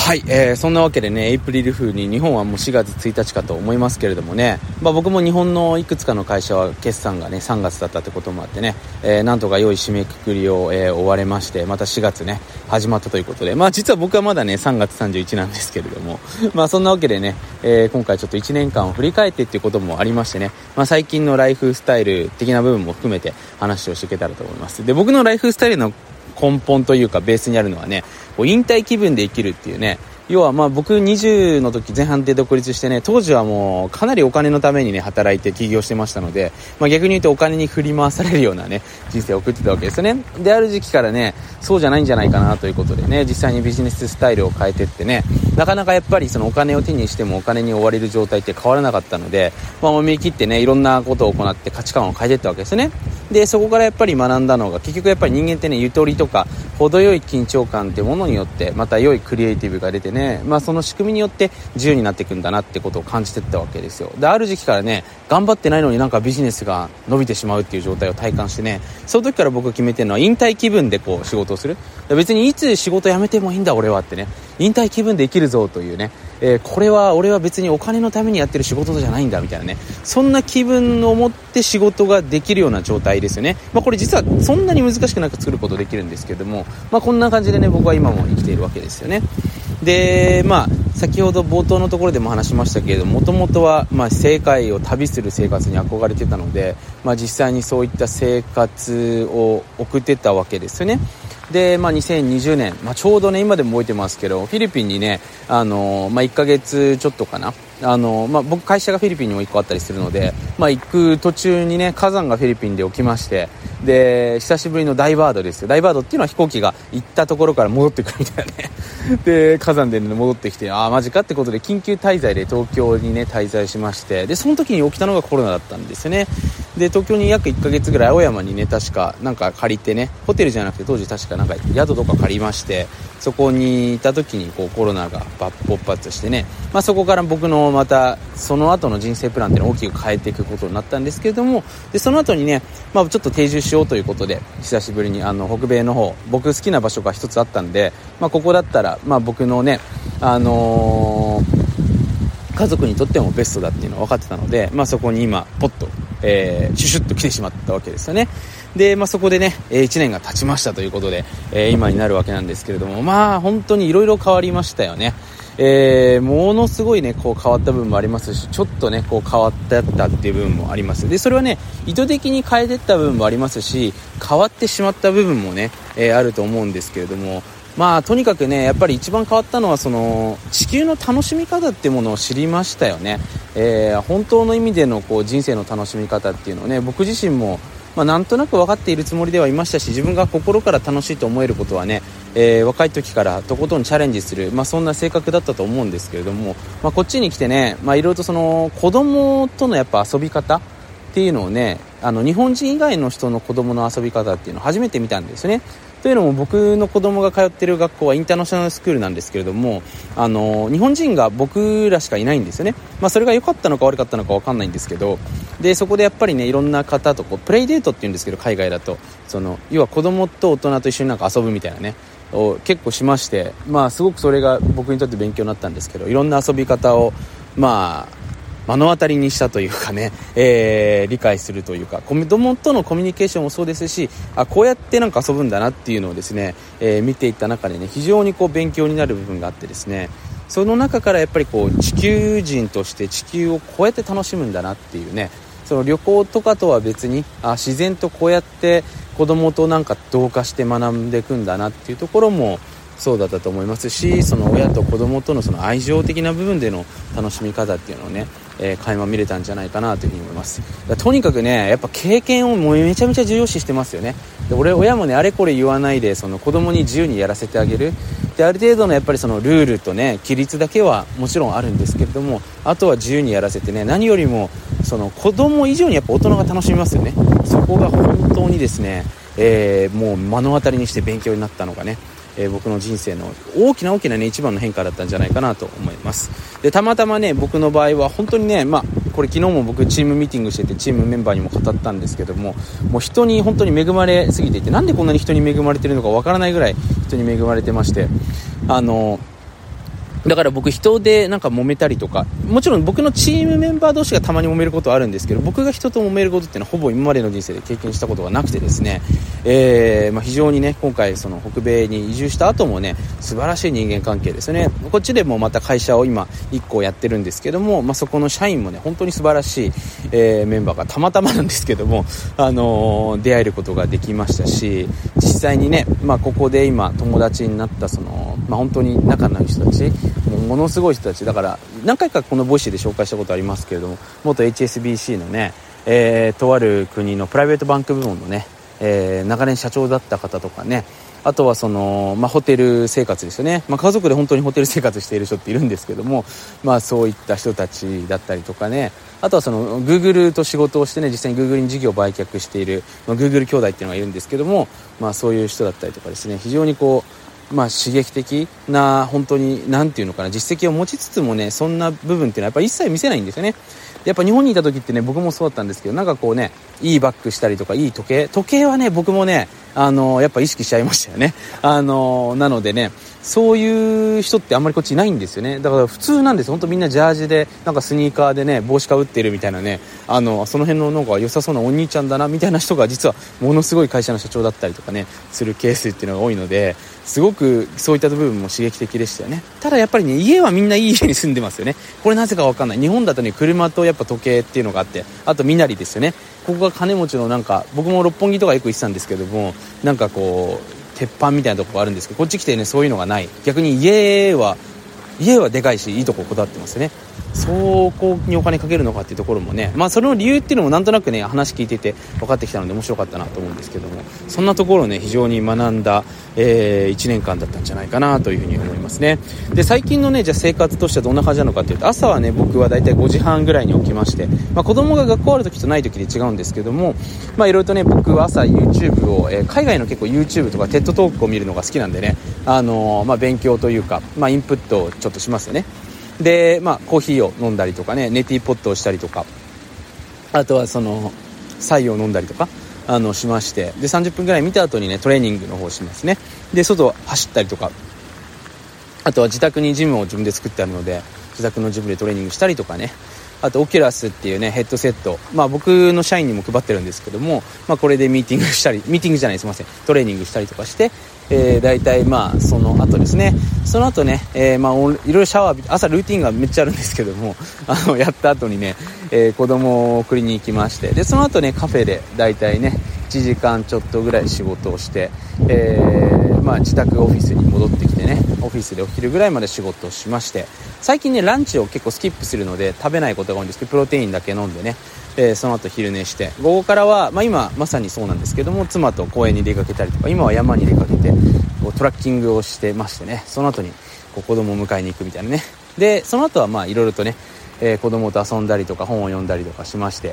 はい、そんなわけでね、エイプリルフールに日本はもう4月1日かと思いますけれどもね、僕も日本のいくつかの会社は決算がね3月だったってこともあってね、なんとか良い締めくくりを、終われまして、また4月ね始まったということで、実は僕はまだね3月31なんですけれども、そんなわけでね、今回ちょっと1年間を振り返ってっていうこともありましてね、最近のライフスタイル的な部分も含めて話をしていけたらと思います。で、僕のライフスタイルの根本というかベースにあるのはね、引退気分で生きるっていうね、要は僕20の時前半で独立してね、当時はもうかなりお金のためにね働いて起業してましたので、逆に言うとお金に振り回されるようなね人生を送ってたわけですよね。で、ある時期からねそうじゃないんじゃないかなということでね、実際にビジネススタイルを変えてってね、なかなかやっぱりそのお金を手にしてもお金に追われる状態って変わらなかったので、思い切ってねいろんなことを行って価値観を変えていったわけですよね。で、そこからやっぱり学んだのが、結局やっぱり人間ってね、ゆとりとか程よい緊張感ってものによってまた良いクリエイティブが出てね、その仕組みによって自由になっていくんだなってことを感じていったわけですよ。で、ある時期からね頑張ってないのになんかビジネスが伸びてしまうっていう状態を体感してね、その時から僕が決めてるのは引退気分でこう仕事をする。別にいつ仕事辞めてもいいんだ俺はってね、引退気分で生きるぞというね、これは俺は別にお金のためにやってる仕事じゃないんだみたいなね、そんな気分を持って仕事ができるような状態ですよね。これ実はそんなに難しくなく作ることできるんですけども、こんな感じでね僕は今も生きているわけですよね。で、先ほど冒頭のところでも話しましたけれども、ともとは世界を旅する生活に憧れてたので、実際にそういった生活を送ってたわけですよね。で、2020年、ちょうどね今でも覚えてますけど、フィリピンにね1ヶ月ちょっとかな、僕会社がフィリピンにも1個あったりするので、行く途中にね火山がフィリピンで起きまして、で久しぶりのダイバードですよ。ダイバードっていうのは飛行機が行ったところから戻ってくるみたいなねで火山で、ね、戻ってきて、マジかってことで緊急滞在で東京にね滞在しまして、でその時に起きたのがコロナだったんですよね。で、東京に約1ヶ月ぐらい青山にね確かなんか借りてね、ホテルじゃなくて当時確かなんか宿とか借りまして、そこにいた時にこうコロナが勃発してね、そこから僕のまたその後の人生プランっていうのを大きく変えていくことになったんですけれども、でその後にね、ちょっと定住しようということで久しぶりに北米の方、僕好きな場所が一つあったんで、ここだったら僕のね家族にとってもベストだっていうのは分かってたので、そこに今ポッと、シュシュッと来てしまったわけですよね。で、そこでね、1年が経ちましたということで、今になるわけなんですけれども、本当にいろいろ変わりましたよね。ものすごいねこう変わった部分もありますし、ちょっとねこう変わったっていう部分もあります。でそれはね意図的に変えていった部分もありますし、変わってしまった部分もね、あると思うんですけれども、とにかくねやっぱり一番変わったのはその地球の楽しみ方っていうものを知りましたよね。本当の意味でのこう人生の楽しみ方っていうのをね、僕自身もなんとなく分かっているつもりではいましたし、自分が心から楽しいと思えることはね、若い時からとことんチャレンジする、そんな性格だったと思うんですけれども、こっちに来てね、いろいろとその子供とのやっぱ遊び方っていうのをね、日本人以外の人の子供の遊び方っていうのを初めて見たんですね。というのも僕の子供が通っている学校はインターナショナルスクールなんですけれども、日本人が僕らしかいないんですよね。それが良かったのか悪かったのか分かんないんですけど、でそこでやっぱりねいろんな方とこうプレイデートっていうんですけど、海外だとその要は子供と大人と一緒になんか遊ぶみたいなねを結構しまして、すごくそれが僕にとって勉強になったんですけど、いろんな遊び方を目の当たりにしたというかね、理解するというか、子供とのコミュニケーションもそうですし、こうやってなんか遊ぶんだなっていうのをですね、見ていった中でね非常にこう勉強になる部分があってですね、その中からやっぱりこう地球人として地球をこうやって楽しむんだなっていうね、その旅行とかとは別に自然とこうやって子供となんか同化して学んでいくんだなっていうところもそうだったと思いますし、その親と子供とのその愛情的な部分での楽しみ方っていうのをね、垣間見れたんじゃないかなというふうに思います。とにかくねやっぱ経験をもうめちゃめちゃ重要視してますよね。で親もねあれこれ言わないでその子供に自由にやらせてあげる。である程度のやっぱりそのルールとね規律だけはもちろんあるんですけれども、あとは自由にやらせてね、何よりもその子供以上にやっぱ大人が楽しみますよね。そこが本当にですね、もう目の当たりにして勉強になったのがね、僕の人生の大きなね一番の変化だったんじゃないかなと思います。でたまたまね僕の場合は本当にねこれ昨日も僕チームミーティングしててチームメンバーにも語ったんですけども、もう人に本当に恵まれすぎていて、なんでこんなに人に恵まれてるのかわからないぐらい人に恵まれてまして、 だから僕人でなんか揉めたりとか、もちろん僕のチームメンバー同士がたまに揉めることはあるんですけど、僕が人と揉めることっていうのはほぼ今までの人生で経験したことがなくてですね、非常にね今回その北米に移住した後もね素晴らしい人間関係ですよね。こっちでもまた会社を今1個やってるんですけども、そこの社員もね本当に素晴らしい、メンバーがたまたまなんですけども、出会えることができましたし、実際にね、ここで今友達になったその、本当に仲のいい人たち、ものすごい人たちだから、何回かこのボイシーで紹介したことありますけれども、元 HSBC のね、とある国のプライベートバンク部門のね、長年社長だった方とかね、あとはその、ホテル生活ですよね、家族で本当にホテル生活している人っているんですけども、そういった人たちだったりとかね、あとはその Google と仕事をしてね、実際に Google に事業を売却している、Google 兄弟っていうのがいるんですけども、そういう人だったりとかですね、非常にこう刺激的な、本当になんていうのかな、実績を持ちつつもね、そんな部分っていうのはやっぱり一切見せないんですよね。やっぱ日本にいた時ってね、僕もそうだったんですけど、なんかこうね、いいバッグしたりとか、いい時計はね、僕もね、やっぱ意識しちゃいましたよね。なのでね、そういう人ってあんまりこっちいないんですよね。だから普通なんです。本当みんなジャージで、なんかスニーカーでね、帽子かぶってるみたいなね、その辺のなんか良さそうなお兄ちゃんだなみたいな人が実はものすごい会社の社長だったりとかね、するケースっていうのが多いので、すごくそういった部分も刺激的でしたよね。ただやっぱりね、家はみんないい家に住んでますよね。これなぜかわかんない。日本だとね、車とやっぱ時計っていうのがあって、あと身なりですよね。ここが金持ちのなんか、僕も六本木とかよく行ってたんですけども、なんかこう鉄板みたいなところがあるんですけど、こっち来てねそういうのがない。逆に家はでかいし、いいとここだわってますね。そこにお金かけるのかっていうところもね、その理由っていうのもなんとなくね話聞いてて分かってきたので面白かったなと思うんですけども、そんなところをね非常に学んだ、1年間だったんじゃないかなというふうに思いますね。で最近のねじゃあ生活としてはどんな感じなのかっていうと、朝はね僕はだいたい5時半ぐらいに起きまして、子供が学校ある時とない時で違うんですけども、いろいろとね僕は朝 YouTube を、海外の結構 YouTube とか TED トークを見るのが好きなんでね、勉強というか、インプットをちょっとしますよね。でコーヒーを飲んだりとかね、ネティーポットをしたりとか、あとはその白湯を飲んだりとかしまして、で30分ぐらい見た後にねトレーニングの方をしますね。で外走ったりとか、あとは自宅にジムを自分で作ってあるので自宅のジムでトレーニングしたりとかね、あとオキュラスっていうねヘッドセット、僕の社員にも配ってるんですけども、これでミーティングしたり、ミーティングじゃない、すいません、トレーニングしたりとかして、だいたいその後ですね、その後ね、いろいろシャワー浴びて、朝ルーティンがめっちゃあるんですけどもやった後にね、子供を送りに行きまして、でその後ねカフェでだいたいね1時間ちょっとぐらい仕事をして、自宅オフィスに戻ってきてね、オフィスでお昼ぐらいまで仕事をしまして、最近ねランチを結構スキップするので食べないことが多いんですけど、プロテインだけ飲んでね、その後昼寝して、午後からは、今まさにそうなんですけども、妻と公園に出かけたりとか、今は山に出かけてこうトラッキングをしてましてね、その後にこう子供を迎えに行くみたいなね。でその後はいろいろとね、子供と遊んだりとか本を読んだりとかしまして、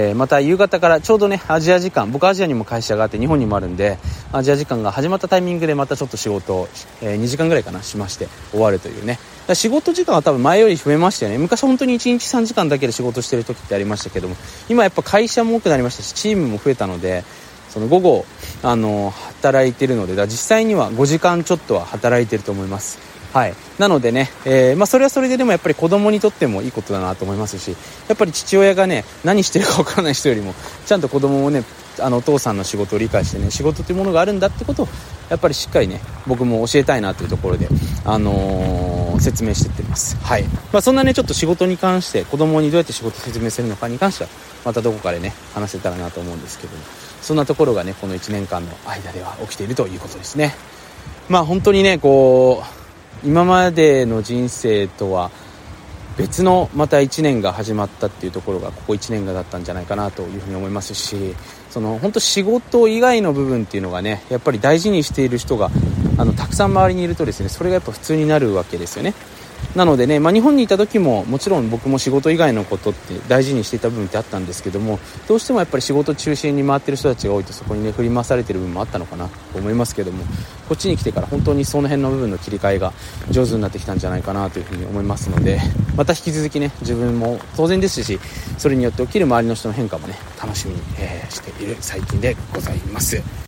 また夕方からちょうどねアジア時間、僕アジアにも会社があって日本にもあるんで、アジア時間が始まったタイミングでまたちょっと仕事を、2時間ぐらいかなしまして終わるというね。仕事時間は多分前より増えましたよね。昔本当に1日3時間だけで仕事してる時ってありましたけども、今やっぱ会社も多くなりましたしチームも増えたので、その午後働いてるので、実際には5時間ちょっとは働いてると思います。はい、なのでね、それはそれででもやっぱり子供にとってもいいことだなと思いますし、やっぱり父親がね何してるかわからない人よりもちゃんと子供をねお父さんの仕事を理解してね、仕事というものがあるんだってことをやっぱりしっかりね僕も教えたいなというところで、説明していってます。はい、そんなねちょっと仕事に関して、子供にどうやって仕事を説明するのかに関してはまたどこかでね話せたらなと思うんですけども、そんなところがねこの1年間の間では起きているということですね。本当にねこう今までの人生とは別のまた1年が始まったっていうところがここ1年がだったんじゃないかなというふうに思いますし、その本当仕事以外の部分っていうのがねやっぱり大事にしている人がたくさん周りにいるとですね、それがやっぱ普通になるわけですよね。なのでね、日本にいた時ももちろん僕も仕事以外のことって大事にしていた部分ってあったんですけども、どうしてもやっぱり仕事中心に回ってる人たちが多いとそこにね振り回されてる部分もあったのかなと思いますけども、こっちに来てから本当にその辺の部分の切り替えが上手になってきたんじゃないかなというふうに思いますので、また引き続きね自分も当然ですし、それによって起きる周りの人の変化もね楽しみに、している最近でございます。